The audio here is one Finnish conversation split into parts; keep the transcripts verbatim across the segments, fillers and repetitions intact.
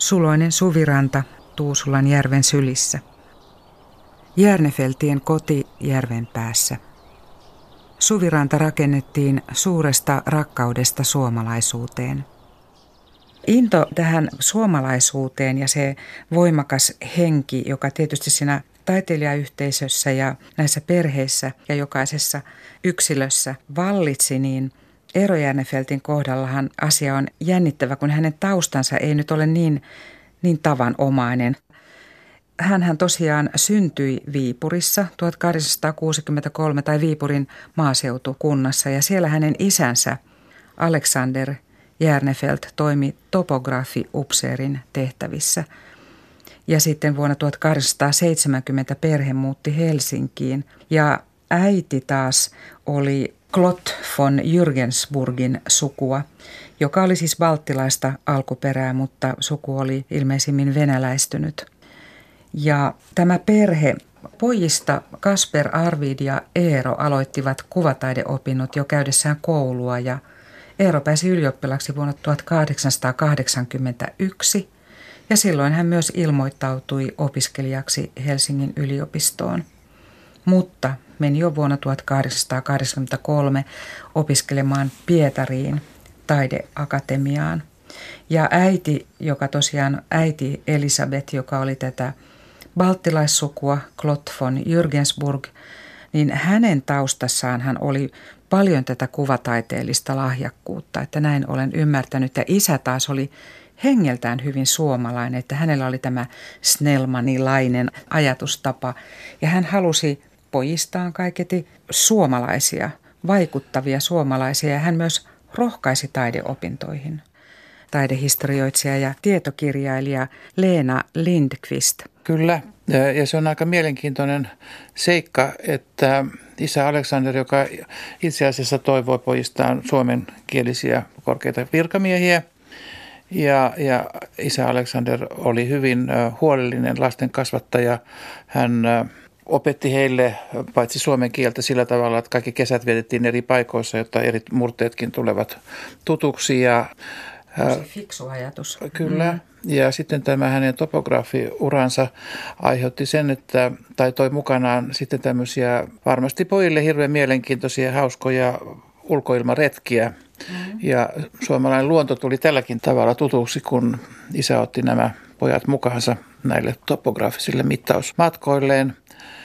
Suloinen suviranta Tuusulan järven sylissä. Järnefeltien koti järven päässä. Suviranta rakennettiin suuresta rakkaudesta suomalaisuuteen. Into tähän suomalaisuuteen ja se voimakas henki, joka tietysti siinä taiteilijayhteisössä ja näissä perheissä ja jokaisessa yksilössä vallitsi, niin Eero Järnefeltin kohdallahan asia on jännittävä, kun hänen taustansa ei nyt ole niin, niin tavanomainen. Hänhän tosiaan syntyi Viipurissa tuhatkahdeksansataakuusikymmentäkolme tai Viipurin maaseutukunnassa ja siellä hänen isänsä Alexander Järnefelt toimi topografi-upseerin tehtävissä. Ja sitten vuonna tuhatkahdeksansataaseitsemänkymmentä perhe muutti Helsinkiin ja äiti taas oli Klott von Jürgensburgin sukua, joka oli siis balttilaista alkuperää, mutta suku oli ilmeisimmin venäläistynyt. Ja tämä perhe, pojista Kasper, Arvid ja Eero aloittivat kuvataideopinnot jo käydessään koulua ja Eero pääsi ylioppilaksi vuonna tuhatkahdeksansataakahdeksankymmentäyksi ja silloin hän myös ilmoittautui opiskelijaksi Helsingin yliopistoon. Mutta meni jo vuonna tuhatkahdeksansataakahdeksankymmentäkolme opiskelemaan Pietariin taideakatemiaan. Ja äiti, joka tosiaan äiti Elisabeth, joka oli tätä balttilaissukua Klott von Jürgensburg, niin hänen taustassaan hän oli paljon tätä kuvataiteellista lahjakkuutta, että näin olen ymmärtänyt. Ja isä taas oli hengeltään hyvin suomalainen, että hänellä oli tämä snellmanilainen ajatustapa ja hän halusi pojistaan kaiketi suomalaisia, vaikuttavia suomalaisia ja hän myös rohkaisi taideopintoihin. Taidehistorioitsija ja tietokirjailija Leena Lindqvist. Kyllä, ja se on aika mielenkiintoinen seikka, että isä Alexander, joka itse asiassa toivoi pojistaan suomenkielisiä korkeita virkamiehiä, ja, ja isä Alexander oli hyvin huolellinen lasten kasvattaja. Hän opetti heille paitsi suomen kieltä sillä tavalla, että kaikki kesät vietettiin eri paikoissa, jotta eri murteetkin tulevat tutuksi. Ja, tosi fiksu ajatus. Kyllä. Mm. Ja sitten tämä hänen topografiuransa aiheutti sen, että, tai toi mukanaan sitten tämmöisiä varmasti pojille hirveän mielenkiintoisia, hauskoja ulkoilmaretkiä. Mm. Ja suomalainen luonto tuli tälläkin tavalla tutuksi, kun isä otti nämä pojat mukaansa näille topografisille mittausmatkoilleen.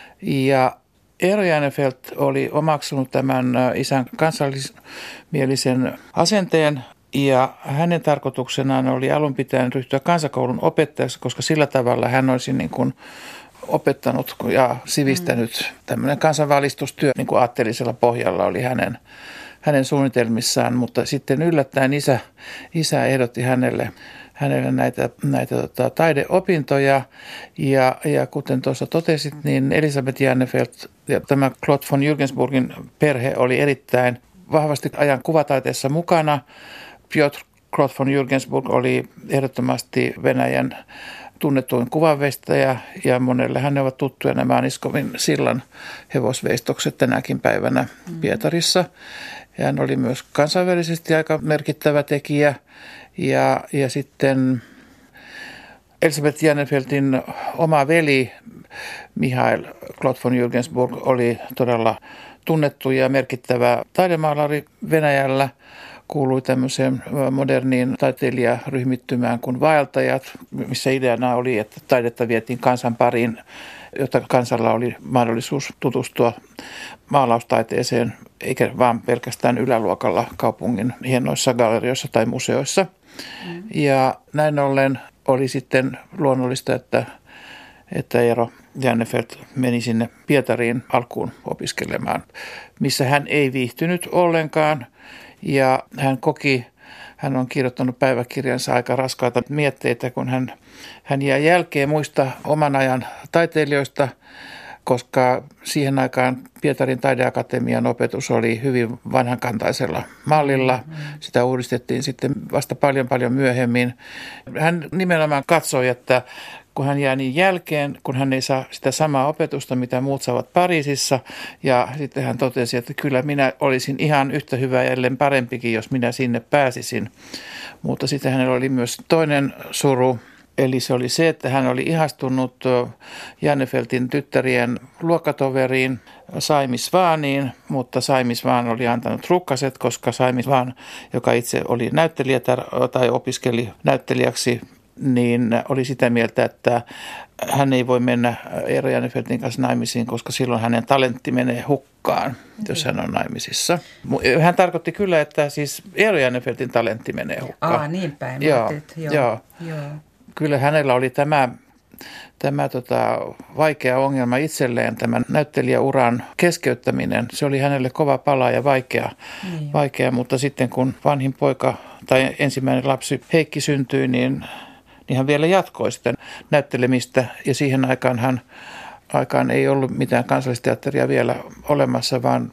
Ja Eero Järnefelt oli omaksunut tämän isän kansallismielisen asenteen ja hänen tarkoituksenaan oli alun pitäen ryhtyä kansakoulun opettajaksi, koska sillä tavalla hän olisi niin kuin opettanut ja sivistänyt. Tämmöinen kansanvalistustyö niin kuin aatteellisella pohjalla oli hänen, hänen suunnitelmissaan, mutta sitten yllättäen isä, isä ehdotti hänelle hänelle näitä, näitä tota, taideopintoja ja, ja kuten tuossa totesit, niin Elisabeth Järnefelt ja tämä Klott von Jürgensburgin perhe oli erittäin vahvasti ajan kuvataiteessa mukana. Piotr Klott von Jürgensburg oli ehdottomasti Venäjän tunnetuin kuvanveistäjä ja monelle hän ovat tuttuja nämä Aniskovin sillan hevosveistokset tänäkin päivänä Pietarissa. Ja hän oli myös kansainvälisesti aika merkittävä tekijä. Ja, ja sitten Elisabeth Järnefeltin oma veli Mihail Klott von Jürgensburg oli todella tunnettu ja merkittävä taidemaalari Venäjällä. Kuului tämmöiseen moderniin taiteilijaryhmittymään kuin vaeltajat, missä ideana oli, että taidetta vietiin kansan pariin, jotta kansalla oli mahdollisuus tutustua maalaustaiteeseen, eikä vaan pelkästään yläluokalla kaupungin hienoissa gallerioissa tai museoissa. Mm. Ja näin ollen oli sitten luonnollista, että, että Eero Järnefelt meni sinne Pietariin alkuun opiskelemaan, missä hän ei viihtynyt ollenkaan. Ja hän koki, hän on kirjoittanut päiväkirjansa aika raskaita mietteitä, kun hän, hän jää jälkeen muista oman ajan taiteilijoista, koska siihen aikaan Pietarin taideakatemian opetus oli hyvin vanhankantaisella mallilla. Sitä uudistettiin sitten vasta paljon paljon myöhemmin. Hän nimenomaan katsoi, että kun hän jää niin jälkeen, kun hän ei saa sitä samaa opetusta, mitä muut saavat Pariisissa. Ja sitten hän totesi, että kyllä minä olisin ihan yhtä hyvä ja ellen parempikin, jos minä sinne pääsisin. Mutta sitten hänellä oli myös toinen suru. Eli se oli se, että hän oli ihastunut Jannefeltin tyttärien luokkatoveriin Saimi Svaaniin, mutta Saimi Svaan oli antanut rukkaset, koska Saimi Svaan, joka itse oli näyttelijä tai opiskeli näyttelijäksi, niin oli sitä mieltä, että hän ei voi mennä Eero Jannefeltin kanssa naimisiin, koska silloin hänen talentti menee hukkaan, jos hän on naimisissa. Hän tarkoitti kyllä, että siis Eero Jannefeltin talentti menee hukkaan. Aa, niin päin. Joo, joo, joo. joo. Kyllä hänellä oli tämä, tämä tota, vaikea ongelma itselleen, tämän näyttelijäuran keskeyttäminen. Se oli hänelle kova pala ja vaikea, niin. vaikea, mutta sitten kun vanhin poika tai ensimmäinen lapsi Heikki syntyi, niin, niin hän vielä jatkoi sitä näyttelemistä. Ja siihen aikaan, hän, aikaan ei ollut mitään kansallisteatteria vielä olemassa, vaan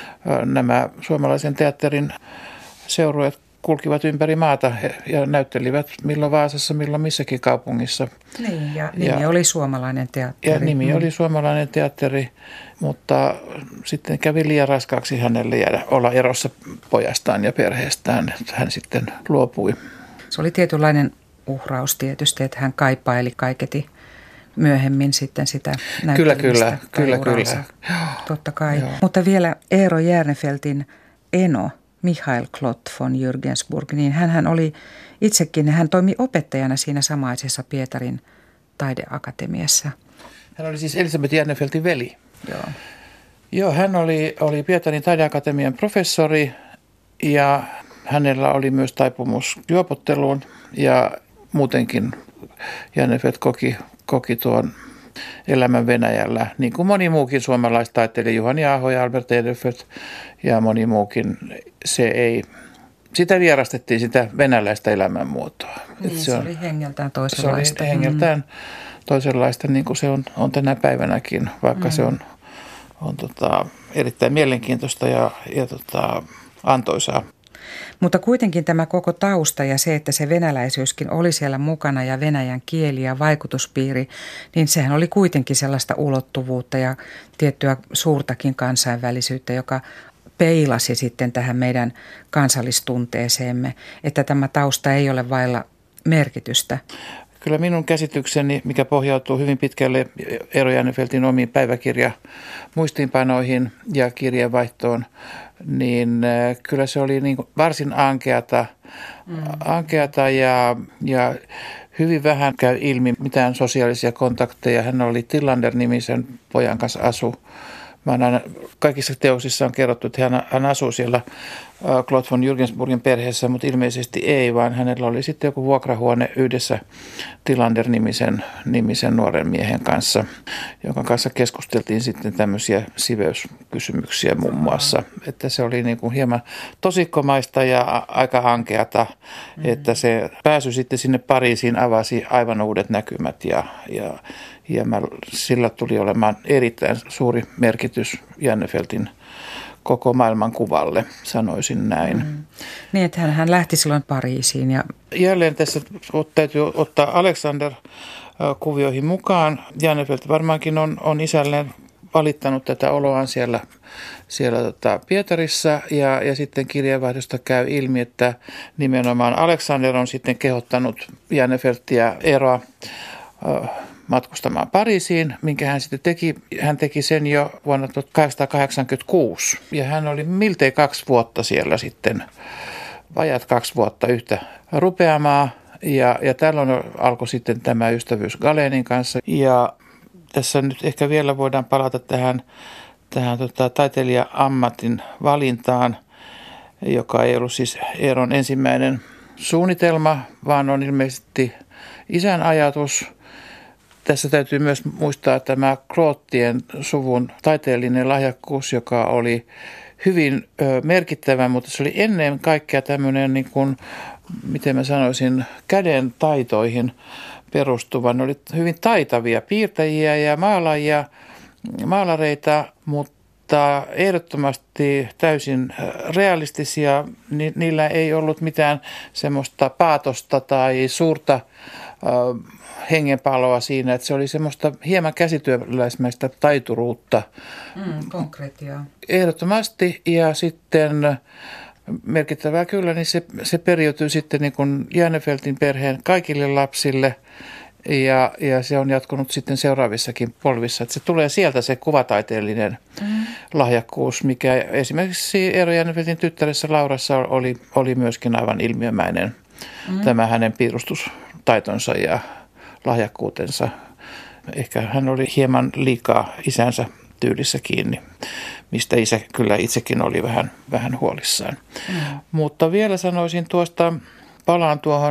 nämä suomalaisen teatterin seurueet kulkivat ympäri maata ja näyttelivät milloin Vaasassa, milloin missäkin kaupungissa. Niin, ja nimi ja, oli suomalainen teatteri. Ja nimi mm. oli suomalainen teatteri, mutta sitten kävi liian raskaaksi hänelle jäädä olla erossa pojastaan ja perheestään. Hän sitten luopui. Se oli tietynlainen uhraus tietysti, että hän kaipaili kaiketi myöhemmin sitten sitä näyttelemistä. Kyllä, kyllä, kyllä, kyllä. Totta kai. Joo. Mutta vielä Eero Järnefeltin eno, Michael Klott von Jürgensburg, niin hänhän oli itsekin, hän toimi opettajana siinä samaisessa Pietarin taideakatemiassa. Hän oli siis Elisabeth Järnefeltin veli. Joo. Joo, hän oli, oli Pietarin taideakatemian professori ja hänellä oli myös taipumus juopotteluun ja muutenkin Järnefelt koki, koki tuon elämän Venäjällä, niin kuin moni muukin suomalaistaiteilija, Juhani Aho ja Albert Edelfelt ja moni muukin, se ei, sitä vierastettiin sitä venäläistä elämänmuotoa. Niin, se, se on, oli hengeltään toisenlaista. Se oli hengeltään toisenlaista, niin kuin se on, on tänä päivänäkin, vaikka mm. se on, on tota, erittäin mielenkiintoista ja, ja tota, antoisaa. Mutta kuitenkin tämä koko tausta ja se, että se venäläisyyskin oli siellä mukana ja venäjän kieli ja vaikutuspiiri, niin sehän oli kuitenkin sellaista ulottuvuutta ja tiettyä suurtakin kansainvälisyyttä, joka peilasi sitten tähän meidän kansallistunteeseemme, että tämä tausta ei ole vailla merkitystä. Kyllä minun käsitykseni, mikä pohjautuu hyvin pitkälle Eero Jannefeltin omiin päiväkirjamuistiinpanoihin ja kirjeenvaihtoon, niin kyllä se oli niin kuin varsin ankeata, mm. ankeata ja, ja hyvin vähän käy ilmi mitään sosiaalisia kontakteja. Hän oli Tillander-nimisen pojan kanssa asu. Mä aina, kaikissa teoksissa on kerrottu, että hän, hän asuu siellä Klott von Jürgensburgin perheessä, mutta ilmeisesti ei, vaan hänellä oli sitten joku vuokrahuone yhdessä Tillander-nimisen nimisen nuoren miehen kanssa, jonka kanssa keskusteltiin sitten tämmöisiä siveyskysymyksiä muun muassa. Että se oli niin kuin hieman tosikkomaista ja aika ankeata, mm-hmm. että se pääsy sitten sinne Pariisiin avasi aivan uudet näkymät ja, ja, ja mä, sillä tuli olemaan erittäin suuri merkitys Jannefeltin koko maailman kuvalle, sanoisin näin. Mm. Niin, että hän, hän lähti silloin Pariisiin. Ja jälleen tässä täytyy ottaa Alexander kuvioihin mukaan. Jannefelt varmaankin on, on isälleen valittanut tätä oloaan siellä, siellä tota Pietarissa ja, ja sitten kirjeenvaihdosta käy ilmi, että nimenomaan Alexander on sitten kehottanut Jannefeltia Eeroa äh, matkustamaan Pariisiin, minkä hän sitten teki. Hän teki sen jo vuonna tuhatkahdeksansataakahdeksankymmentäkuusi ja hän oli miltei kaksi vuotta siellä sitten, vajat kaksi vuotta yhtä rupeamaa ja, ja tällöin alkoi sitten tämä ystävyys Galénin kanssa ja tässä nyt ehkä vielä voidaan palata tähän, tähän tota, taiteilija-ammatin valintaan, joka ei ollut siis Eeron ensimmäinen suunnitelma, vaan on ilmeisesti isän ajatus. Tässä täytyy myös muistaa tämä Klottien suvun taiteellinen lahjakkuus, joka oli hyvin ö, merkittävä, mutta se oli ennen kaikkea tämmöinen, niin kuin, miten mä sanoisin, käden taitoihin perustuva. Ne oli hyvin taitavia piirtäjiä ja maalaajia, maalareita, mutta ehdottomasti täysin realistisia. Ni, niillä ei ollut mitään semmoista paatosta tai suurta ö, hengenpaloa siinä, että se oli semmoista hieman käsityöläismäistä taituruutta. Mm, konkretiaa. Ehdottomasti ja sitten merkittävää kyllä, niin se, se periytyy sitten niin kuin Järnefeltin perheen kaikille lapsille ja, ja se on jatkunut sitten seuraavissakin polvissa. Että se tulee sieltä se kuvataiteellinen mm. lahjakkuus, mikä esimerkiksi Eero Järnefeltin tyttäressä Laurassa oli, oli myöskin aivan ilmiömäinen mm. tämä hänen piirustustaitonsa ja lahjakkuutensa. Ehkä hän oli hieman liikaa isänsä tyylissä kiinni, mistä isä kyllä itsekin oli vähän, vähän huolissaan. Mm. Mutta vielä sanoisin tuosta, palaan tuohon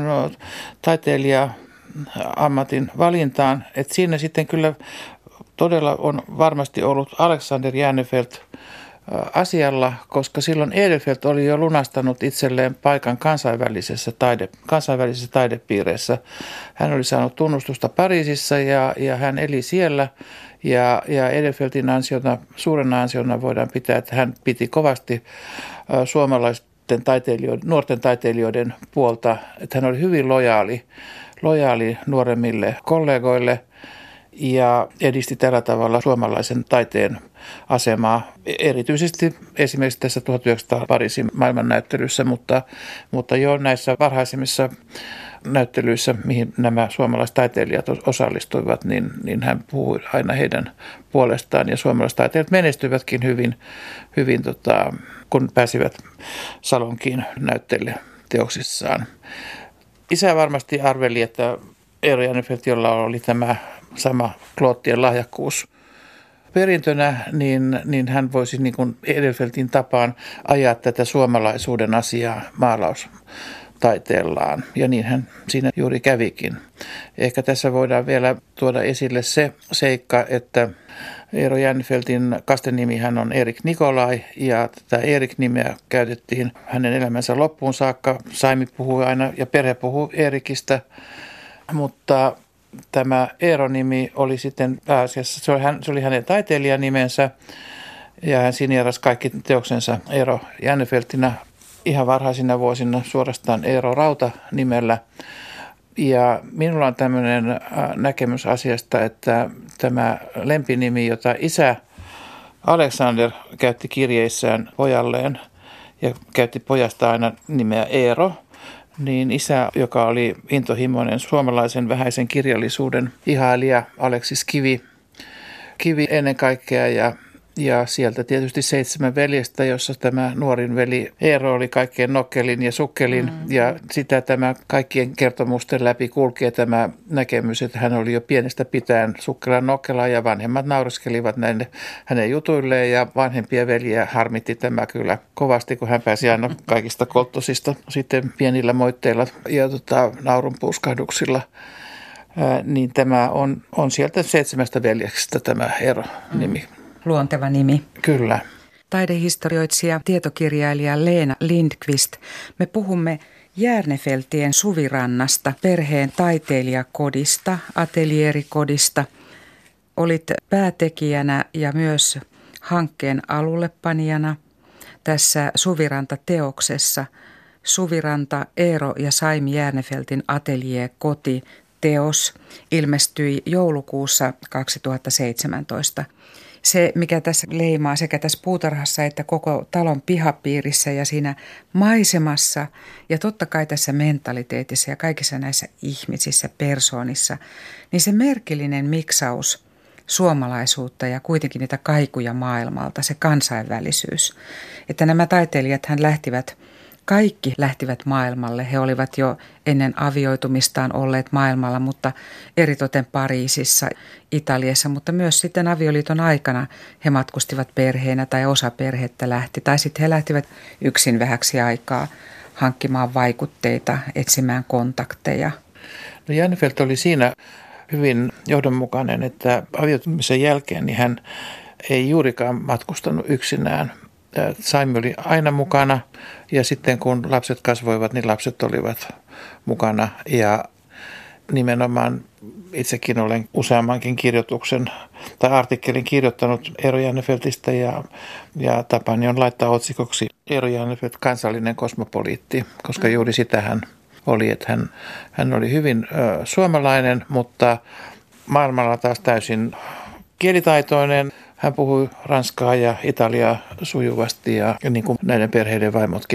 taiteilija-ammatin valintaan, että siinä sitten kyllä todella on varmasti ollut Alexander Järnefelt asialla, koska silloin Edelfelt oli jo lunastanut itselleen paikan kansainvälisessä, taide, kansainvälisessä taidepiireissä. Hän oli saanut tunnustusta Pariisissa ja, ja hän eli siellä. Ja, ja Edelfeltin ansiona, suurena ansiona voidaan pitää, että hän piti kovasti suomalaisten taiteilijoiden, nuorten taiteilijoiden puolta. Että hän oli hyvin lojaali, lojaali nuoremmille kollegoille ja edisti tällä tavalla suomalaisen taiteen asemaa, erityisesti esimerkiksi tässä tuhatyhdeksänsataa Pariisin maailmannäyttelyssä, mutta, mutta jo näissä varhaisimmissa näyttelyissä, mihin nämä suomalaiset taiteilijat osallistuivat, niin, niin hän puhui aina heidän puolestaan ja suomalaiset taiteilijat menestyivätkin hyvin, hyvin tota, kun pääsivät salonkiin näyttelyteoksissaan. Isä varmasti arveli, että Eero Järnefelt, jolla oli tämä sama Kloottien lahjakkuus perintönä, niin, niin hän voisi niin kuin Edelfeltin tapaan ajaa tätä suomalaisuuden asiaa maalaustaiteellaan. Ja niin hän siinä juuri kävikin. Ehkä tässä voidaan vielä tuoda esille se seikka, että Eero Järnefeltin kastenimihän on Erik Nikolai ja tätä Erik-nimeä käytettiin hänen elämänsä loppuun saakka. Saimi puhui aina ja perhe puhui Erikistä, mutta tämä Eero-nimi oli sitten pääasiassa, se oli, hän, se oli hänen taiteilijanimensä ja hän sinieras kaikki teoksensa Eero Järnefeltinä ihan varhaisina vuosina suorastaan Eero Rauta-nimellä. Ja minulla on tämmöinen näkemys asiasta, että tämä lempinimi, jota isä Alexander käytti kirjeissään pojalleen ja käytti pojasta aina nimeä Eero, niin isä, joka oli intohimoinen suomalaisen vähäisen kirjallisuuden ihailija, Aleksis Kivi, Kivi ennen kaikkea ja, ja sieltä tietysti seitsemän veljestä, jossa tämä nuorin veli Eero oli kaikkein nokkelin ja sukkelin mm. ja sitä tämä kaikkien kertomusten läpi kulkee tämä näkemys, että hän oli jo pienestä pitäen sukkela nokkela ja vanhemmat naureskelivat näille hänen jutuilleen ja vanhempia veljiä harmitti tämä kyllä kovasti, kun hän pääsi aina kaikista kolttosista sitten pienillä moitteilla ja tota, naurun puuskahduksilla. Ää, niin tämä on, on sieltä seitsemästä veljeksestä tämä Eero-nimi. Mm. Luonteva nimi. Kyllä. Taidehistorioitsija, tietokirjailija Leena Lindqvist. Me puhumme Järnefeltien Suvirannasta, perheen taiteilijakodista, ateljeerikodista. Olit päätekijänä ja myös hankkeen alullepanijana tässä Suviranta-teoksessa. Suviranta, Eero ja Saimi Järnefeltin ateljeekoti teos ilmestyi joulukuussa kaksituhattaseitsemäntoista. Se, mikä tässä leimaa sekä tässä puutarhassa että koko talon pihapiirissä ja siinä maisemassa ja totta kai tässä mentaliteetissa ja kaikissa näissä ihmisissä, persoonissa, niin se merkillinen miksaus suomalaisuutta ja kuitenkin niitä kaikuja maailmalta, se kansainvälisyys. Että nämä taiteilijat hän lähtivät, kaikki lähtivät maailmalle. He olivat jo ennen avioitumistaan olleet maailmalla, mutta eritoten Pariisissa, Italiassa, mutta myös sitten avioliiton aikana he matkustivat perheenä tai osa perhettä lähti. Tai sitten he lähtivät yksin vähäksi aikaa hankkimaan vaikutteita, etsimään kontakteja. No Järnefelt oli siinä hyvin johdonmukainen, että avioitumisen jälkeen niin hän ei juurikaan matkustanut yksinään. Saimi oli aina mukana ja sitten kun lapset kasvoivat, niin lapset olivat mukana ja nimenomaan itsekin olen useammankin kirjoituksen tai artikkelin kirjoittanut Eero Järnefeltistä ja, ja tapani on laittaa otsikoksi Eero Järnefelt kansallinen kosmopoliitti, koska juuri sitä hän oli, että hän, hän oli hyvin ö, suomalainen, mutta maailmalla taas täysin kielitaitoinen. Hän puhui ranskaa ja italiaa sujuvasti ja niin kuin näiden perheiden vaimotkin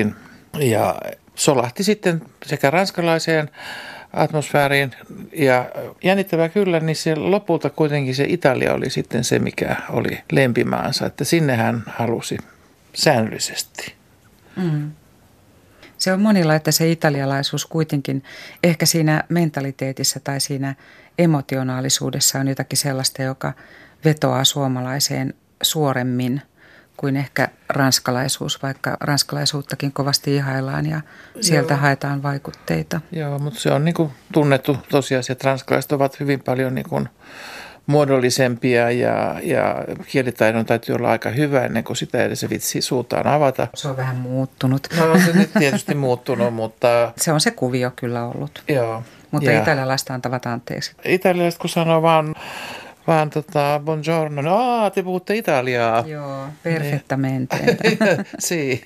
Ja solahti sitten sekä ranskalaiseen atmosfääriin ja jännittävää kyllä, niin se lopulta kuitenkin se Italia oli sitten se, mikä oli lempimaansa, että sinne hän halusi säännöllisesti. Mm. Se on monilla, että se italialaisuus kuitenkin ehkä siinä mentaliteetissa tai siinä emotionaalisuudessa on jotakin sellaista, joka vetoaa suomalaiseen suoremmin kuin ehkä ranskalaisuus, vaikka ranskalaisuuttakin kovasti ihaillaan ja sieltä Joo. haetaan vaikutteita. Joo, mutta se on niin kuin tunnettu tosiasia, että ranskalaiset ovat hyvin paljon niin kuin muodollisempia ja, ja kielitaidon täytyy olla aika hyvä ennen kuin sitä edes vitsi suutaan avata. Se on vähän muuttunut. No on se nyt tietysti muuttunut, mutta... Se on se kuvio kyllä ollut. Joo. Mutta ja italialaista antavat anteeksi. Italialaiset kun sanoo vaan, vaan tota, buongiorno, no aah, te puhutte italiaa. Joo, perfettamente. Si.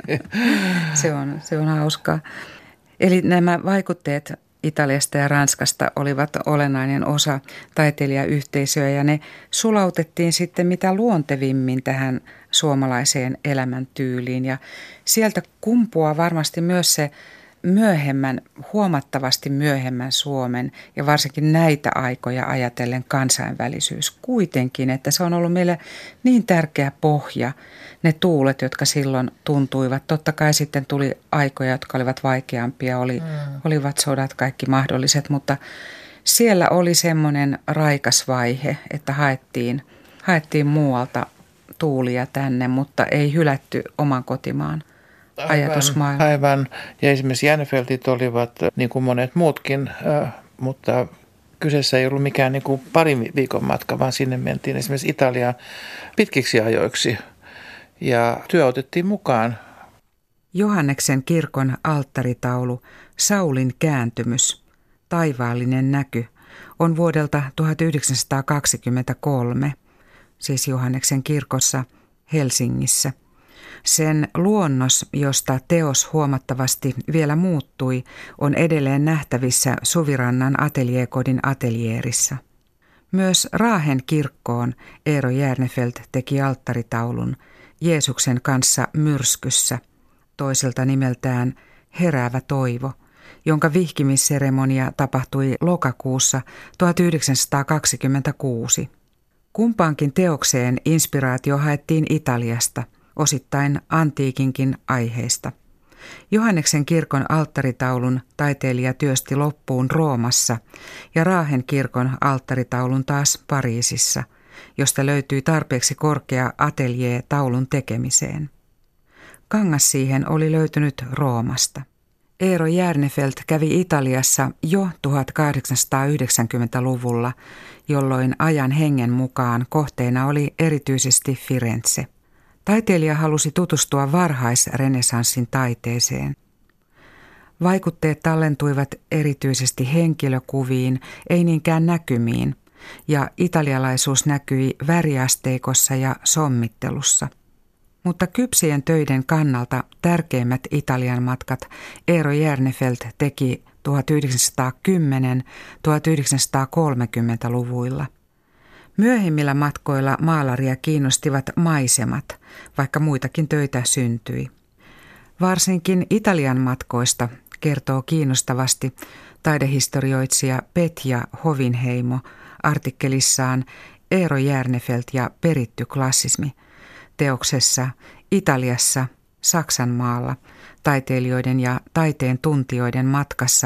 se, on, se on hauskaa. Eli nämä vaikutteet Italiasta ja Ranskasta olivat olennainen osa taiteilijayhteisöä ja ne sulautettiin sitten mitä luontevimmin tähän suomalaiseen elämäntyyliin. Ja sieltä kumpuaa varmasti myös se myöhemmän, huomattavasti myöhemmän Suomen ja varsinkin näitä aikoja ajatellen kansainvälisyys kuitenkin, että se on ollut meille niin tärkeä pohja, ne tuulet, jotka silloin tuntuivat. Totta kai sitten tuli aikoja, jotka olivat vaikeampia, oli, mm. olivat sodat kaikki mahdolliset, mutta siellä oli semmoinen raikas vaihe, että haettiin, haettiin muualta tuulia tänne, mutta ei hylätty oman kotimaan ajatusmaailma. Aivan. Ja esimerkiksi Järnefeltit olivat niin kuin monet muutkin, äh, mutta kyseessä ei ollut mikään niin kuin parin viikon matka, vaan sinne mentiin esimerkiksi Italiaan pitkiksi ajoiksi ja työ otettiin mukaan. Johanneksen kirkon alttaritaulu Saulin kääntymys, taivaallinen näky, on vuodelta tuhatyhdeksänsataakaksikymmentäkolme, siis Johanneksen kirkossa Helsingissä. Sen luonnos, josta teos huomattavasti vielä muuttui, on edelleen nähtävissä Suvirannan ateljeekodin ateljeerissa. Myös Raahen kirkkoon Eero Järnefelt teki alttaritaulun Jeesuksen kanssa myrskyssä, toiselta nimeltään Heräävä toivo, jonka vihkimisseremonia tapahtui lokakuussa tuhatyhdeksänsataakaksikymmentäkuusi. Kumpaankin teokseen inspiraatio haettiin Italiasta, osittain antiikinkin aiheista. Johanneksen kirkon alttaritaulun taiteilija työsti loppuun Roomassa ja Raahen kirkon alttaritaulun taas Pariisissa, josta löytyi tarpeeksi korkea ateljee taulun tekemiseen. Kangas siihen oli löytynyt Roomasta. Eero Järnefelt kävi Italiassa jo tuhatkahdeksansataayhdeksänkymmentäluvulla, jolloin ajan hengen mukaan kohteena oli erityisesti Firenze. Taiteilija halusi tutustua varhaisrenessanssin taiteeseen. Vaikutteet tallentuivat erityisesti henkilökuviin, ei niinkään näkymiin, ja italialaisuus näkyi väriasteikossa ja sommittelussa. Mutta kypsien töiden kannalta tärkeimmät Italian matkat Eero Järnefelt teki tuhatyhdeksänsataakymmentä–tuhatyhdeksänsataakolmekymmentäluvuilla. Myöhemmillä matkoilla maalaria kiinnostivat maisemat, vaikka muitakin töitä syntyi. Varsinkin Italian matkoista kertoo kiinnostavasti taidehistorioitsija Petja Hovinheimo artikkelissaan Eero Järnefelt ja peritty klassismi teoksessa Italiassa, Saksanmaalla, taiteilijoiden ja taiteen tuntijoiden matkassa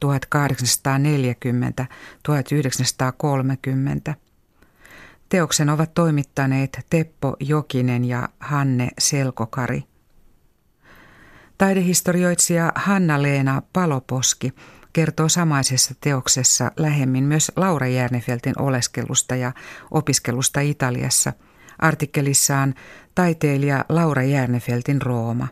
tuhatkahdeksansataaneljäkymmentä–tuhatyhdeksänsataakolmekymmentä. Teoksen ovat toimittaneet Teppo Jokinen ja Hanne Selkokari. Taidehistorioitsija Hanna-Leena Paloposki kertoo samaisessa teoksessa lähemmin myös Laura Järnefeltin oleskelusta ja opiskelusta Italiassa artikkelissaan Taiteilija Laura Järnefeltin Rooma.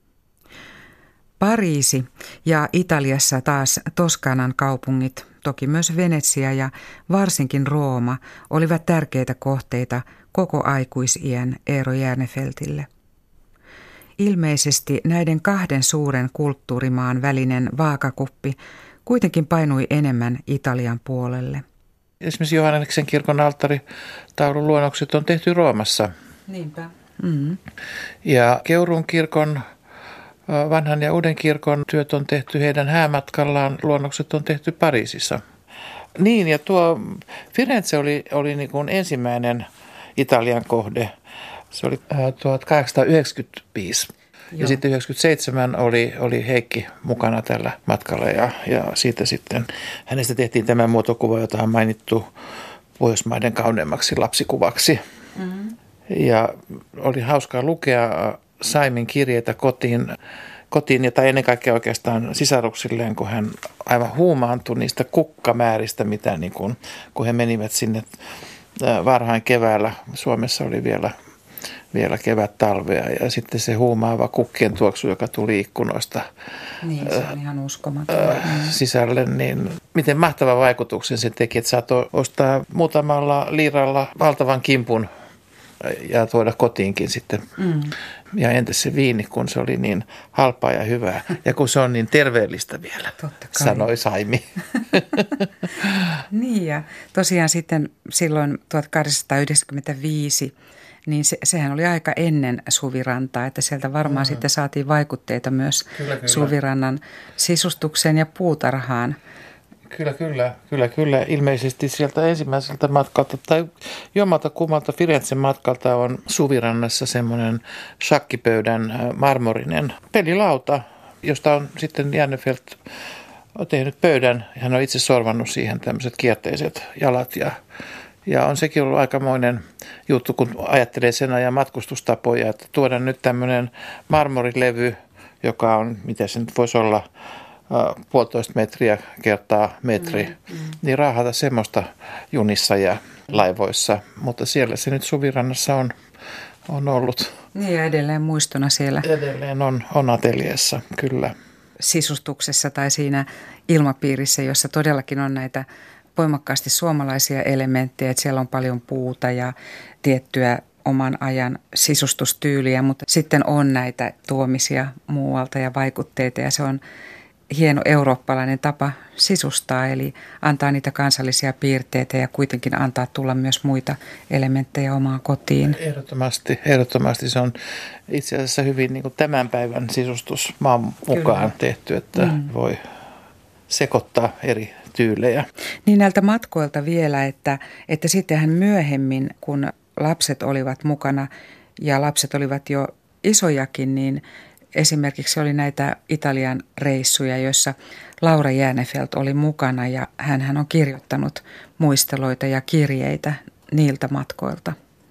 Pariisi ja Italiassa taas Toskanan kaupungit, toki myös Venetsia ja varsinkin Rooma, olivat tärkeitä kohteita koko aikuisiän Eero Järnefeltille. Ilmeisesti näiden kahden suuren kulttuurimaan välinen vaakakuppi kuitenkin painui enemmän Italian puolelle. Esimerkiksi Johanneksen kirkon alttaritaulun luonnokset on tehty Roomassa. Niinpä. Mm-hmm. Ja Keuruun kirkon vanhan ja uuden kirkon työt on tehty heidän häämatkallaan, luonnokset on tehty Pariisissa. Niin, ja tuo Firenze oli, oli niin kuin ensimmäinen Italian kohde. Se oli tuhatkahdeksansataayhdeksänkymmentäviisi. Joo. Ja sitten yhdeksänkymmentäseitsemän oli, oli Heikki mukana tällä matkalla ja, ja siitä sitten hänestä tehtiin tämä muotokuva, jota on mainittu Pohjoismaiden kauneimmaksi lapsikuvaksi. Mm-hmm. Ja oli hauskaa lukea Saimin kirjeitä kotiin, kotiin ja tai ennen kaikkea oikeastaan sisaruksilleen, kun hän aivan huumaantui niistä kukkamääristä, mitä niin kun, kun he menivät sinne varhain keväällä. Suomessa oli vielä, vielä kevät talvea ja sitten se huumaava kukkien tuoksu, joka tuli ikkunoista niin, se on ihan uskomaton. sisälle, niin miten mahtava vaikutuksen se teki, että saattoi ostaa muutamalla liiralla valtavan kimpun ja tuoda kotiinkin sitten. Mm. Ja entäs se viini, kun se oli niin halpaa ja hyvää. Ja kun se on niin terveellistä vielä, sanoi Saimi. Niin ja tosiaan sitten silloin tuhatkahdeksansataayhdeksänkymmentäviisi, niin se, sehän oli aika ennen Suvirantaa, että sieltä varmaan mm. sitten saatiin vaikutteita myös kyllä, kyllä. Suvirannan sisustukseen ja puutarhaan. Kyllä, kyllä, kyllä, kyllä. Ilmeisesti sieltä ensimmäiseltä matkalta tai jommalta kummalta Firenzen matkalta on Suvirannassa semmoinen shakkipöydän marmorinen pelilauta, josta on sitten Järnefelt tehnyt pöydän. Hän on itse sorvannut siihen tämmöiset kierteiset jalat ja, ja on sekin ollut aikamoinen juttu, kun ajattelee sen ajan matkustustapoja, että tuoda nyt tämmöinen marmorilevy, joka on, mitä se nyt voisi olla, puolitoista metriä kertaa metri, mm, mm. niin raahata semmoista junissa ja laivoissa. Mutta siellä se nyt Suvirannassa on, on ollut. Niin ja edelleen muistona siellä. Edelleen on, on ateljeessa, kyllä. Sisustuksessa tai siinä ilmapiirissä, jossa todellakin on näitä voimakkaasti suomalaisia elementtejä. Että siellä on paljon puuta ja tiettyä oman ajan sisustustyyliä, mutta sitten on näitä tuomisia muualta ja vaikutteita ja se on hieno eurooppalainen tapa sisustaa, eli antaa niitä kansallisia piirteitä ja kuitenkin antaa tulla myös muita elementtejä omaan kotiin. Ehdottomasti, ehdottomasti se on itse asiassa hyvin niin kuin tämän päivän sisustus maan mukaan Kyllä. tehty, että mm. voi sekoittaa eri tyylejä. Niin näiltä matkoilta vielä, että, että sittenhän myöhemmin, kun lapset olivat mukana ja lapset olivat jo isojakin, niin esimerkiksi oli näitä Italian reissuja, joissa Laura Järnefelt oli mukana ja hänhän on kirjoittanut muisteloita ja kirjeitä niiltä matkoilta.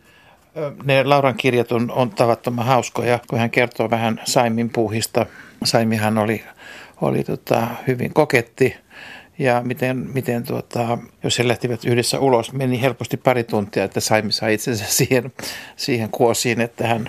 Ne Lauran kirjat on, on tavattoman hauskoja, kun hän kertoo vähän Saimin puuhista. Saimihan oli, oli tota, hyvin koketti. Ja miten, miten tuota, jos he lähtivät yhdessä ulos, meni helposti pari tuntia, että Saimi sai itsensä siihen, siihen kuosiin, että hän,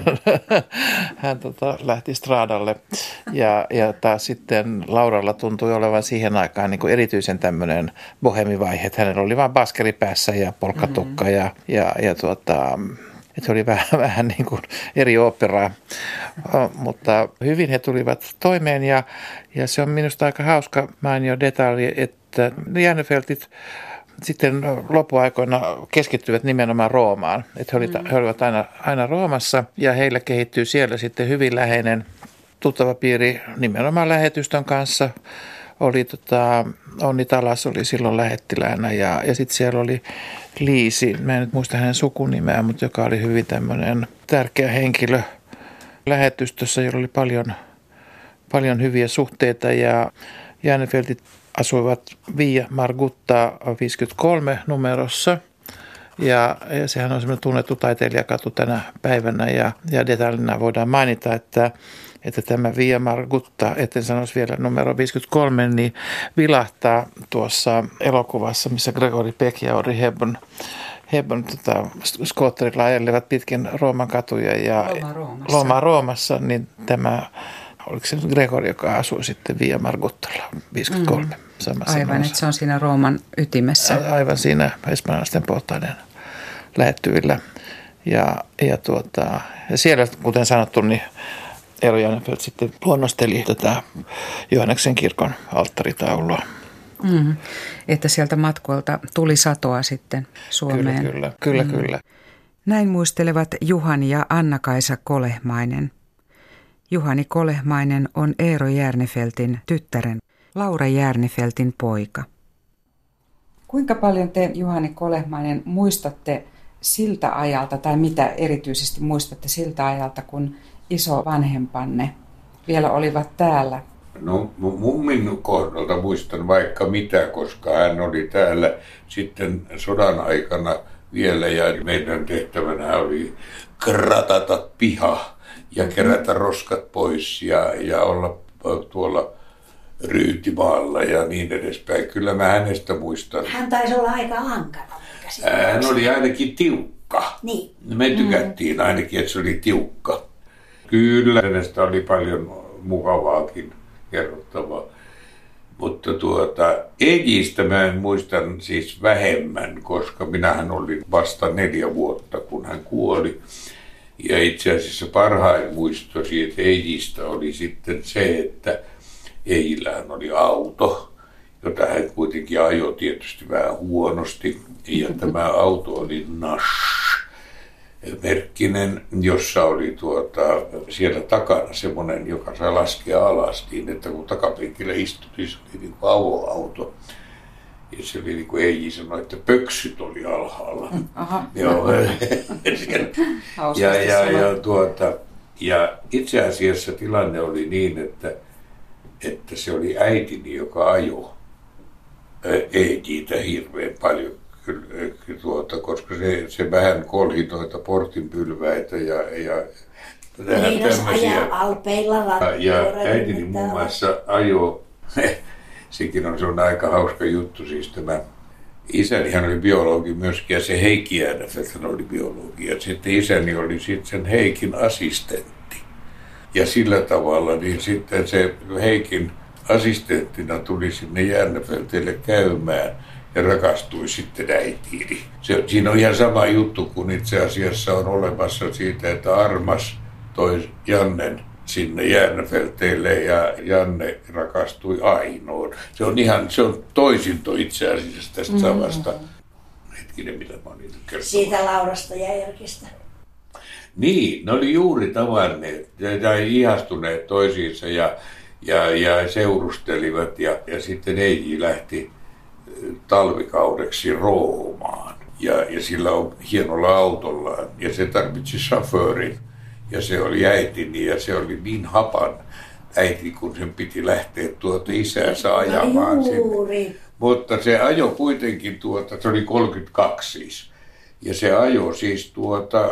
hän tota, lähti stradalle. Ja, ja taas sitten Lauralla tuntui olevan siihen aikaan niin kuin erityisen tämmöinen bohemivaihe, että hänellä oli vain baskeri päässä ja polkkatukka mm-hmm. ja, ja, ja tuota... Että oli vähän, vähän niin kuin eri oopperaa, mutta hyvin he tulivat toimeen ja, ja se on minusta aika hauska mainio detalji, että Järnefeltit sitten loppuaikoina keskittyvät nimenomaan Roomaan. Että he, olivat, mm. he olivat aina, aina Roomassa ja heillä kehittyy siellä sitten hyvin läheinen tuttava piiri nimenomaan lähetystön kanssa. Oli tota, Onni Talas oli silloin lähettiläänä ja, ja sitten siellä oli Liisi, mä en nyt muista hänen sukunimeä, mutta joka oli hyvin tämmöinen tärkeä henkilö lähetystössä, jolla oli paljon, paljon hyviä suhteita ja Järnefeltit asuivat Via Margutta viisikymmentäkolme numerossa. Ja, ja sehän on semmoinen tunnettu taiteilijakatu tänä päivänä ja, ja detaljina voidaan mainita, että että tämä Via Margutta, etten sanoisi vielä numero viisikymmentäkolme, niin vilahtaa tuossa elokuvassa, missä Gregory Peck ja Audrey Hepburn, Hepburn tota, skootterilla ajelevat pitkin Rooman katuja ja Looma Roomassa. Looma Roomassa, niin tämä, oliko se nyt Gregory, joka asui sitten Via Marguttalla viisikymmentäkolme. Mm. Samassa aivan, että se on siinä Rooman ytimessä. Aivan siinä espanjalaisten pohtaiden lähettyvillä. Ja, ja, tuota, ja siellä, kuten sanottu, niin Eero Järnefelt sitten luonnosteli tätä Johanneksen kirkon alttaritaulua. Mm, että sieltä matkoilta tuli satoa sitten Suomeen. Kyllä, kyllä, kyllä, mm. kyllä. Näin muistelevat Juhani ja Anna-Kaisa Kolehmainen. Juhani Kolehmainen on Eero Järnefeltin tyttären, Laura Järnefeltin poika. Kuinka paljon te, Juhani Kolehmainen, muistatte siltä ajalta, tai mitä erityisesti muistatte siltä ajalta, kun isovanhempanne vielä olivat täällä? No mummin kohdalta muistan vaikka mitä, koska hän oli täällä sitten sodan aikana vielä ja meidän tehtävänä oli kratata piha ja kerätä roskat pois ja, ja olla tuolla Ryytimaalla ja niin edespäin. Kyllä mä hänestä muistan. Hän taisi olla aika ankara. Hän oli ainakin tiukka. Niin. Me tykättiin ainakin, että se oli tiukka. Kyllä, hänestä oli paljon mukavaakin kerrottavaa. Mutta tuota, Eijistä mä en muistan siis vähemmän, koska minähän olin vasta neljä vuotta, kun hän kuoli. Ja itse asiassa parhain muisto siitä Eijistä oli sitten se, että Eijillähän oli auto, jota hän kuitenkin ajoi tietysti vähän huonosti. Ja tämä auto oli Nash-merkkinen, jossa oli tuota, siellä takana semmoinen, joka sai laskea alas niin, että kun takapenkillä istui, niin se oli niin kuin avoauto. Ja se oli niin kuin Eiji sanoi, että pöksyt oli alhaalla. Aha. Joo, ja, ja, ja, tuota, ja itse asiassa tilanne oli niin, että, että se oli äitini, joka ajoi Eijitä hirveän paljon. Tuota, koska se, se vähän kolhi noita portinpylväitä ja, ja tämmöisiä. Alpeilla ja, ja äitini muun muassa ajoi, sekin on sellainen aika hauska juttu, siis tämä isäni, hän oli biologi myöskin ja se Heikki Järnefelt oli biologi ja sitten isäni oli sitten sen Heikin assistentti. Ja sillä tavalla niin sitten se Heikin assistenttina tuli sinne Järnefeltille käymään ja rakastui sitten äitiini. Se, siinä on ihan sama juttu kuin itse asiassa on olemassa siitä, että Armas toi Jannen sinne Järnefelteille ja Janne rakastui Ainoon. Se on ihan, se on toisinto itse asiassa tästä mm-hmm. samasta. Hetkinen, mitä mä oon niitä kertonut. Siitä Laurasta ja Erkistä. Niin, ne oli juuri tavanneet tai ihastuneet toisiinsa ja, ja, ja seurustelivat ja, ja sitten Eiji lähti talvikaudeksi Roomaan ja, ja sillä on hienolla autollaan ja se tarvitsi chauffeurin ja se oli äitini ja se oli niin hapan äiti, kun sen piti lähteä tuota isäänsä ajamaan sinne. Mutta se ajo kuitenkin tuota, se oli kolmekymmentäkaksi siis ja se ajo siis tuota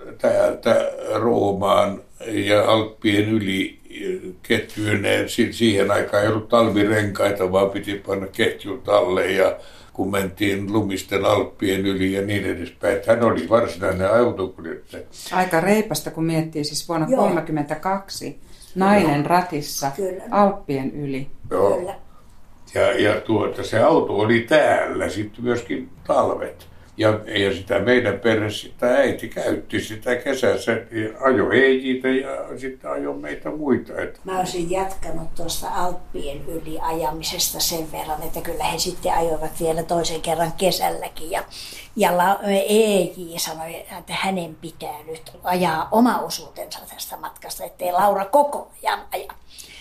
täältä Roomaan ja Alppien yli ketjyneen. Siihen aikaan ei ollut talvirenkaita, vaan piti panna ketjut alle ja kun mentiin lumisten Alppien yli ja niin edespäin. Hän oli varsinainen autokuljettaja. Aika reipasta, kun miettii siis vuonna tuhatyhdeksänsataakolmekymmentäkaksi nainen ratissa Kyllä. Alppien yli. Joo. Kyllä. Ja, ja tuota, se auto oli täällä sitten myöskin talvet. Ja, ja sitä meidän perhe, sitä äiti käytti sitä kesässä, ajoi Eijitä ja sitten ajoi meitä muita. Että. Mä olisin jatkanut tuosta Alppien yli ajamisesta sen verran, että kyllä he sitten ajoivat vielä toisen kerran kesälläkin. Ja, ja Eiji sanoi, että hänen pitää nyt ajaa oma osuutensa tästä matkasta, ettei Laura koko ajan aja.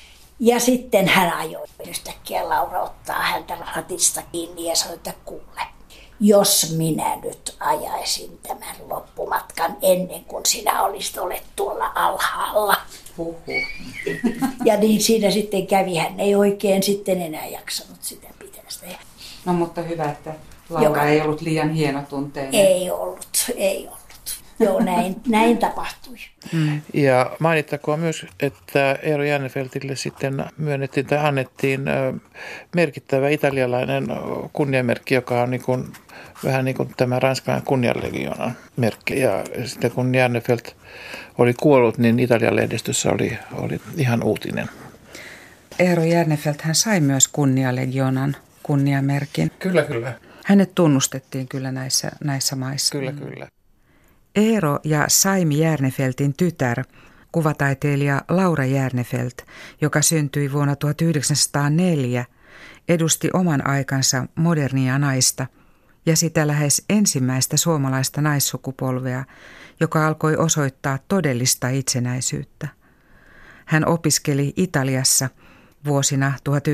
Ja sitten hän ajoi. Yhtäkkiä Laura ottaa häntä ratista kiinni ja sanoi, että kuule. Jos minä nyt ajaisin tämän loppumatkan ennen kuin sinä olisit olet tuolla alhaalla. Huhhuh. Ja niin siinä sitten kävi. Hän ei oikein sitten enää jaksanut sitä pitää sitä. No mutta hyvä, että Laura Joka... ei ollut liian hienotunteinen. Ei ollut, ei ollut. Joo, näin, näin tapahtui. Mm. Ja mainittakoon myös, että Eero Järnefeltille sitten myönnettiin tai annettiin merkittävä italialainen kunniamerkki, joka on niin kuin, vähän niin kuin tämä ranskalainen kunnianlegioonan merkki. Ja sitten kun Järnefelt oli kuollut, niin Italian lehdistössä oli, oli ihan uutinen. Eero Järnefelt hän sai myös kunnianlegioonan kunniamerkin. Kyllä, kyllä. Hänet tunnustettiin kyllä näissä, näissä maissa. Kyllä, kyllä. Eero ja Saimi Järnefeltin tytär, kuvataiteilija Laura Järnefelt, joka syntyi vuonna tuhatyhdeksänsataaneljä, edusti oman aikansa modernia naista ja sitä lähes ensimmäistä suomalaista naissukupolvea, joka alkoi osoittaa todellista itsenäisyyttä. Hän opiskeli Italiassa vuosina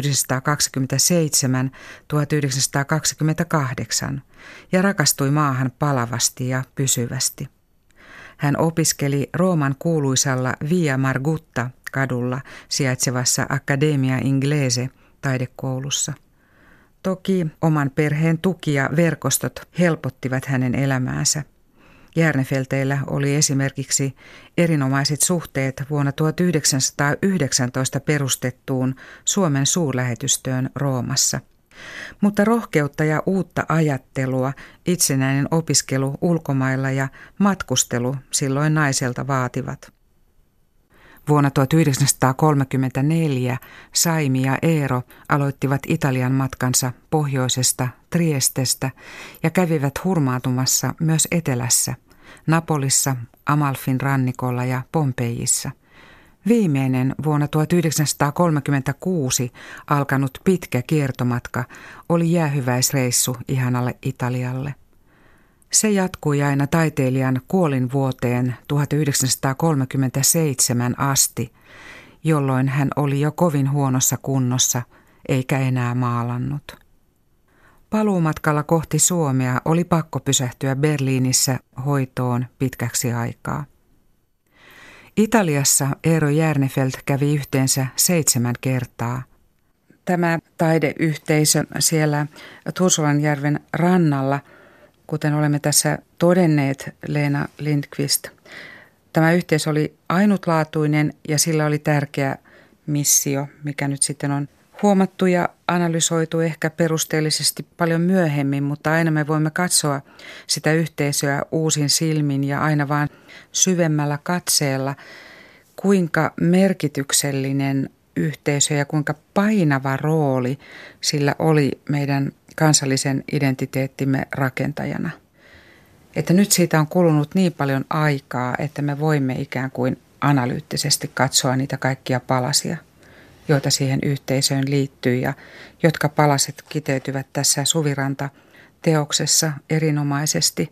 tuhatyhdeksänsataakaksikymmentäseitsemän–tuhatyhdeksänsataakaksikymmentäkahdeksan ja rakastui maahan palavasti ja pysyvästi. Hän opiskeli Rooman kuuluisalla Via Margutta kadulla sijaitsevassa Accademia Inglese taidekoulussa. Toki oman perheen tuki ja verkostot helpottivat hänen elämäänsä. Järnefelteillä oli esimerkiksi erinomaiset suhteet vuonna tuhatyhdeksänsataayhdeksäntoista perustettuun Suomen suurlähetystöön Roomassa. Mutta rohkeutta ja uutta ajattelua, itsenäinen opiskelu ulkomailla ja matkustelu silloin naiselta vaativat. Vuonna tuhatyhdeksänsataakolmekymmentäneljä Saimi ja Eero aloittivat Italian matkansa pohjoisesta Triestestä ja kävivät hurmaatumassa myös etelässä, Napolissa, Amalfin rannikolla ja Pompejissa. Viimeinen vuonna tuhatyhdeksänsataakolmekymmentäkuusi alkanut pitkä kiertomatka oli jäähyväisreissu ihanalle Italialle. Se jatkui aina taiteilijan kuolinvuoteen tuhatyhdeksänsataakolmekymmentäseitsemän asti, jolloin hän oli jo kovin huonossa kunnossa eikä enää maalannut. Paluumatkalla kohti Suomea oli pakko pysähtyä Berliinissä hoitoon pitkäksi aikaa. Italiassa Eero Järnefelt kävi yhteensä seitsemän kertaa. Tämä taideyhteisö siellä Tuusulanjärven rannalla, kuten olemme tässä todenneet, Leena Lindqvist, tämä yhteisö oli ainutlaatuinen ja sillä oli tärkeä missio, mikä nyt sitten on huomattu ja analysoitu ehkä perusteellisesti paljon myöhemmin, mutta aina me voimme katsoa sitä yhteisöä uusin silmin ja aina vaan syvemmällä katseella, kuinka merkityksellinen yhteisö ja kuinka painava rooli sillä oli meidän kansallisen identiteettimme rakentajana. Että nyt siitä on kulunut niin paljon aikaa, että me voimme ikään kuin analyyttisesti katsoa niitä kaikkia palasia, joita siihen yhteisöön liittyy ja jotka palaset kiteytyvät tässä Suviranta-teoksessa erinomaisesti.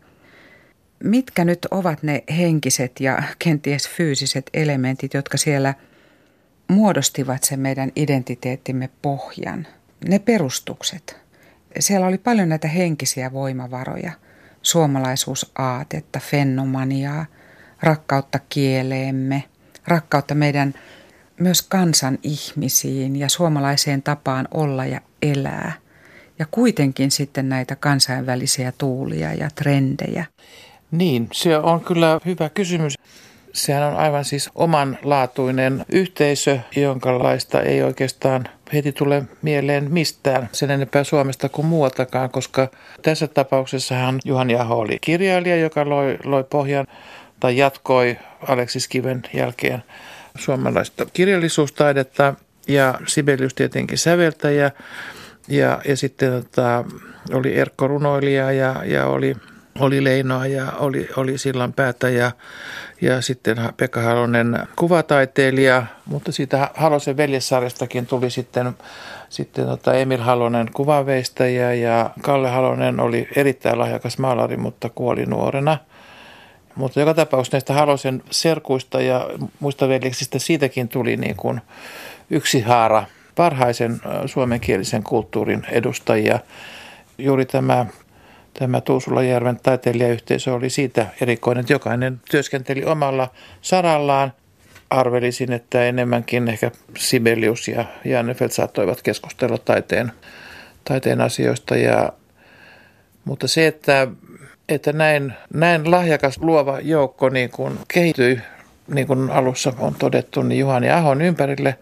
Mitkä nyt ovat ne henkiset ja kenties fyysiset elementit, jotka siellä muodostivat sen meidän identiteettimme pohjan? Ne perustukset. Siellä oli paljon näitä henkisiä voimavaroja, suomalaisuusaatetta, fenomaniaa, rakkautta kieleemme, rakkautta meidän myös kansan ihmisiin ja suomalaiseen tapaan olla ja elää. Ja kuitenkin sitten näitä kansainvälisiä tuulia ja trendejä. Niin, se on kyllä hyvä kysymys. Sehän on aivan siis omanlaatuinen yhteisö, jonkalaista ei oikeastaan heti tule mieleen mistään sen enempää Suomesta kuin muualtakaan, koska tässä tapauksessahan Juhani Aho oli kirjailija, joka loi, loi pohjan tai jatkoi Aleksis Kiven jälkeen suomalaista kirjallisuustaidetta ja Sibelius tietenkin säveltäjä ja, ja sitten tota, oli Erkko runoilija ja, ja oli, oli Leinoa ja oli, oli sillanpäätä ja, ja sitten Pekka Halonen kuvataiteilija, mutta siitä Halosen veljessarjastakin tuli sitten, sitten tota Emil Halonen kuvaveistäjä ja Kalle Halonen oli erittäin lahjakas maalari, mutta kuoli nuorena. Mutta joka tapauksessa näistä Halosen serkuista ja muista veljeksistä siitäkin tuli niin kuin yksi haara parhaisen suomenkielisen kulttuurin edustajia. Juuri tämä, tämä Tuusulanjärven taiteilijayhteisö oli siitä erikoinen, että jokainen työskenteli omalla sarallaan. Arvelisin, että enemmänkin ehkä Sibelius ja Järnefelt saattoivat keskustella taiteen, taiteen asioista. Ja, mutta se, että Että näin, näin lahjakas luova joukko niin kuin kehittyi, niin kuin alussa on todettu, niin Juhani Ahon ympärille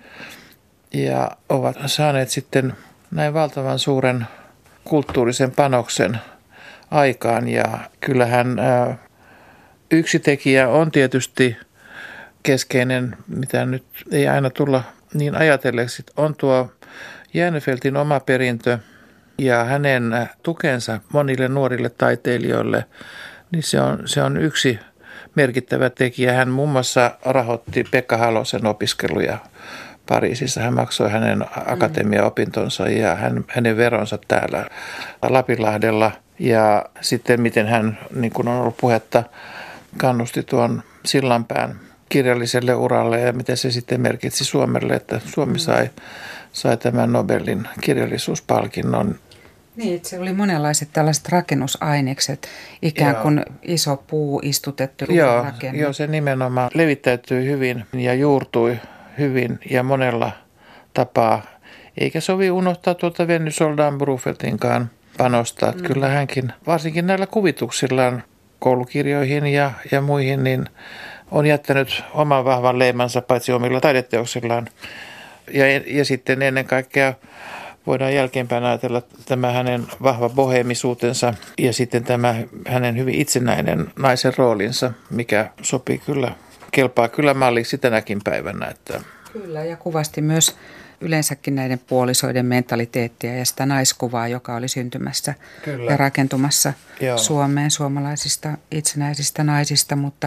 ja ovat saaneet sitten näin valtavan suuren kulttuurisen panoksen aikaan. Ja kyllähän ää, yksi tekijä on tietysti keskeinen, mitä nyt ei aina tulla niin ajatelleeksi, on tuo Järnefeltin oma perintö. Ja hänen tukensa monille nuorille taiteilijoille, niin se on, se on yksi merkittävä tekijä. Hän muun muassa rahoitti Pekka Halosen opiskeluja Pariisissa. Hän maksoi hänen akatemiaopintonsa ja hän, hänen veronsa täällä Lapinlahdella. Ja sitten miten hän, niin kuin on ollut puhetta, kannusti tuon Sillanpään kirjalliselle uralle ja mitä se sitten merkitsi Suomelle, että Suomi sai, sai tämän Nobelin kirjallisuuspalkinnon. Niin, että se oli monenlaiset tällaiset rakennusainekset, ikään kuin joo. iso puu istutettu joo, rakenne. Joo, se nimenomaan levittäytyi hyvin ja juurtui hyvin ja monella tapaa. Eikä sovi unohtaa tuota Venny Soldaan Brufeltinkaan panostaa. Mm. Kyllä hänkin, varsinkin näillä kuvituksillaan koulukirjoihin ja, ja muihin, niin on jättänyt oman vahvan leimansa paitsi omilla taideteoksillaan. Ja, ja sitten ennen kaikkea voidaan jälkeenpäin ajatella tämä hänen vahva boheemisuutensa ja sitten tämä hänen hyvin itsenäinen naisen roolinsa, mikä sopii kyllä, kelpaa kyllä malliksi tänäkin päivänä. Että. Kyllä, ja kuvasti myös yleensäkin näiden puolisoiden mentaliteettia ja sitä naiskuvaa, joka oli syntymässä kyllä. ja rakentumassa Joo. Suomeen suomalaisista itsenäisistä naisista, mutta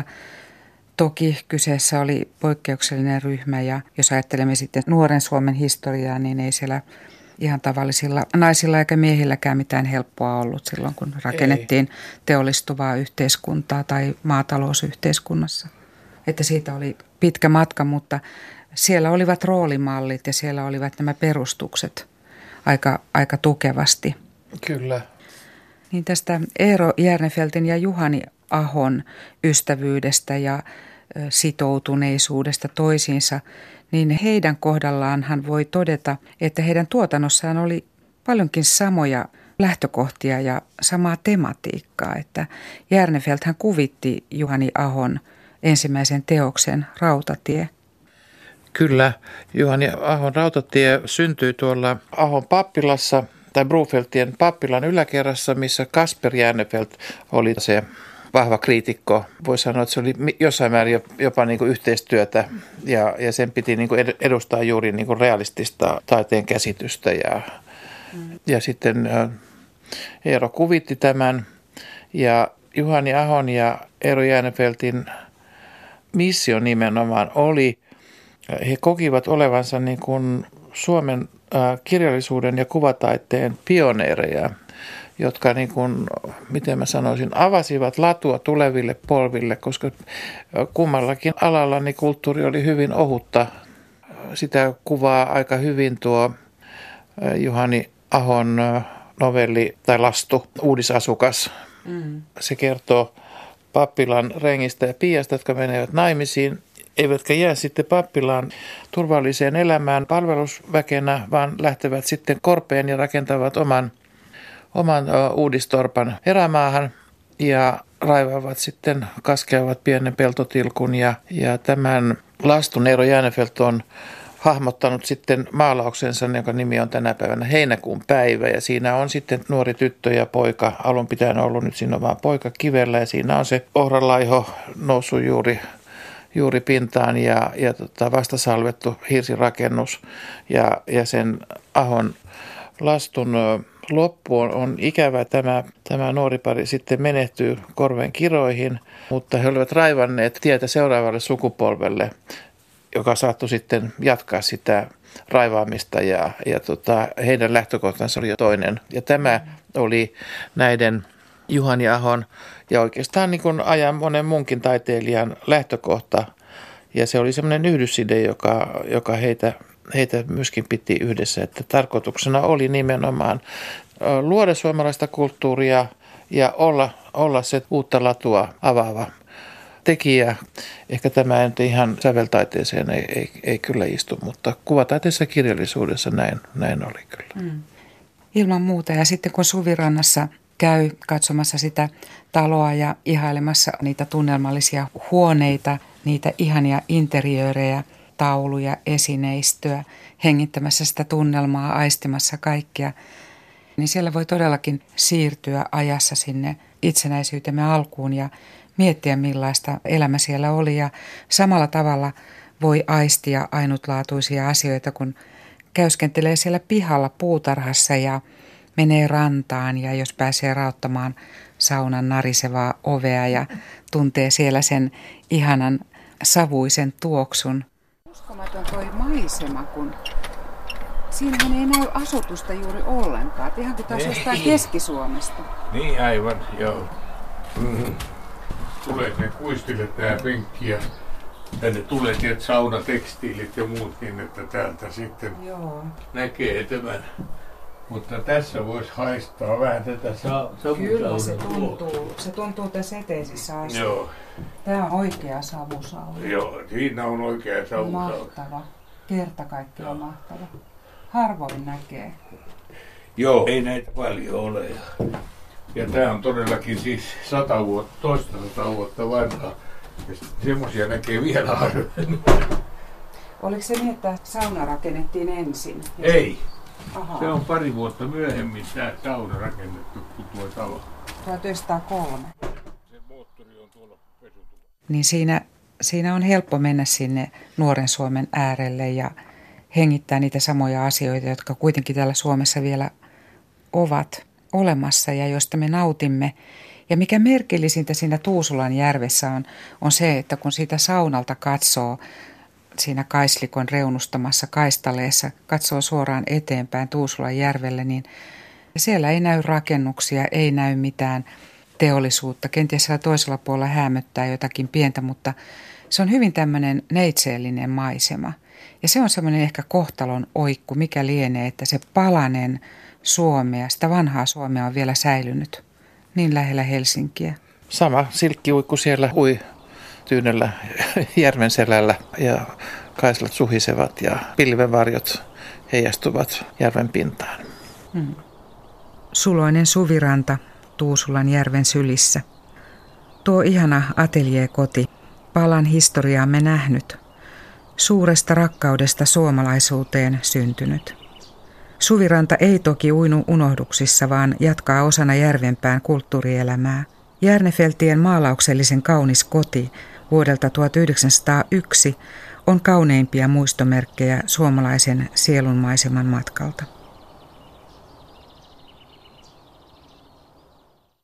toki kyseessä oli poikkeuksellinen ryhmä ja jos ajattelemme sitten nuoren Suomen historiaa, niin ei siellä ihan tavallisilla naisilla eikä miehilläkään mitään helppoa ollut silloin, kun rakennettiin ei. teollistuvaa yhteiskuntaa tai maatalousyhteiskunnassa. Että siitä oli pitkä matka, mutta siellä olivat roolimallit ja siellä olivat nämä perustukset aika, aika tukevasti. Kyllä. Niin tästä Eero Järnefeltin ja Juhani Ahon ystävyydestä ja sitoutuneisuudesta toisiinsa, niin heidän kohdallaanhan voi todeta, että heidän tuotannossaan oli paljonkin samoja lähtökohtia ja samaa tematiikkaa. Että Järnefelt hän kuvitti Juhani Ahon ensimmäisen teoksen Rautatie. Kyllä, Juhani Ahon Rautatie syntyi tuolla Ahon pappilassa tai Brufeltien pappilan yläkerrassa, missä Kasper Järnefelt oli se vahva kriitikko. Voi sanoa, että se oli jossain määrin jopa niin kuin yhteistyötä ja, ja sen piti niin kuin edustaa juuri niin kuin realistista taiteen käsitystä. Ja, mm. ja sitten Eero kuvitti tämän ja Juhani Ahon ja Eero Järnefeltin missio nimenomaan oli, he kokivat olevansa niin kuin Suomen kirjallisuuden ja kuvataiteen pioneereja, jotka niin kuin, miten mä sanoisin, avasivat latua tuleville polville, koska kummallakin alalla niin kulttuuri oli hyvin ohutta. Sitä kuvaa aika hyvin tuo Juhani Ahon novelli tai lastu Uudisasukas. Mm. Se kertoo pappilan rengistä ja piiasta, jotka menevät naimisiin, eivätkä jää sitten pappilaan turvalliseen elämään palvelusväkenä, vaan lähtevät sitten korpeen ja rakentavat oman oman uudistorpan erämaahan ja raivaavat sitten, kaskeavat pienen peltotilkun ja, ja tämän lastun Eero Järnefelt on hahmottanut sitten maalauksensa, jonka nimi on tänä päivänä Heinäkuun päivä ja siinä on sitten nuori tyttö ja poika, alun pitäen ollut nyt siinä on vaan poika kivellä ja siinä on se ohralaiho noussut juuri, juuri pintaan ja, ja tota vastasalvettu hirsirakennus ja, ja sen Ahon lastun loppuun on ikävä tämä, tämä nuori pari sitten menehtyy korven kiroihin, mutta he olivat raivanneet tietä seuraavalle sukupolvelle, joka saattoi sitten jatkaa sitä raivaamista ja, ja tota, heidän lähtökohtansa oli jo toinen. Ja tämä oli näiden Juhani Ahon ja oikeastaan niin kuin ajan monen munkin taiteilijan lähtökohta ja se oli semmoinen yhdysside, joka, joka heitä Heitä myöskin piti yhdessä, että tarkoituksena oli nimenomaan luoda suomalaista kulttuuria ja olla, olla se uutta latua avaava tekijä. Ehkä tämä nyt ihan säveltaiteeseen ei, ei, ei kyllä istu, mutta kuvataiteessa kirjallisuudessa näin, näin oli kyllä. Mm. Ilman muuta ja sitten kun Suvirannassa käy katsomassa sitä taloa ja ihailemassa niitä tunnelmallisia huoneita, niitä ihania interiöörejä, tauluja, esineistöä, hengittämässä sitä tunnelmaa, aistimassa kaikkia, niin siellä voi todellakin siirtyä ajassa sinne itsenäisyytemme alkuun ja miettiä millaista elämä siellä oli ja samalla tavalla voi aistia ainutlaatuisia asioita, kun käyskentelee siellä pihalla puutarhassa ja menee rantaan ja jos pääsee rauttamaan saunan narisevaa ovea ja tuntee siellä sen ihanan savuisen tuoksun. Uskomaton toi maisema, kun siinähän ei näy asutusta juuri ollenkaan. Et ihan kuin taas jostain Keski-Suomesta. Niin aivan, joo. Mm-hmm. Tulee sinne kuistille tää penkki ja Tänne tulee tietysti saunatekstiilit ja muut niin, että täältä sitten Joo. näkee tämän. Mutta tässä voisi haistaa vähän tätä sa- Kyllä se savusaunaa. tuntuu. Se tuntuu tässä eteisissä asti. Joo, Tämä on oikea savusauna. joo, siinä on oikea savusauna. Mahtava. Kerta kaikkiaan mahtava. Harvoin näkee. Joo, ei näitä paljon ole. Ja tämä on todellakin siis sata vuotta, toista sata vuotta vanha. Ja semmoisia näkee vielä harvemmin. Oliko se niin, että sauna rakennettiin ensin? Ei. Aha. Se on pari vuotta myöhemmin tämä sauna rakennettu kuin tuo talo. tuhatyhdeksänsataakolme. Se moottori on tuolla pesutuvassa. Niin siinä, siinä on helppo mennä sinne nuoren Suomen äärelle ja hengittää niitä samoja asioita, jotka kuitenkin täällä Suomessa vielä ovat olemassa ja joista me nautimme. Ja mikä merkillisintä siinä Tuusulan järvessä on, on se, että kun siitä saunalta katsoo siinä Kaislikon reunustamassa kaistaleessa, katsoo suoraan eteenpäin Tuusulan järvelle, niin siellä ei näy rakennuksia, ei näy mitään teollisuutta. Kenties siellä toisella puolella häämöttää jotakin pientä, mutta se on hyvin tämmöinen neitseellinen maisema. Ja se on semmoinen ehkä kohtalon oikku, mikä lienee, että se palanen Suomea, sitä vanhaa Suomea on vielä säilynyt niin lähellä Helsinkiä. Sama silkkiuikku siellä ui Tyynellä järven selällä ja kaislat suhisevat ja pilvenvarjot heijastuvat järven pintaan. Hmm. Suloinen suviranta Tuusulan järven sylissä. Tuo ihana ateljeekoti, palan historiaamme nähnyt, suuresta rakkaudesta suomalaisuuteen syntynyt. Suviranta ei toki uinu unohduksissa, vaan jatkaa osana Järvenpään kulttuurielämää. Järnefeltien maalauksellisen kaunis koti vuodelta tuhatyhdeksänsataayksi on kauneimpia muistomerkkejä suomalaisen sielunmaiseman matkalta.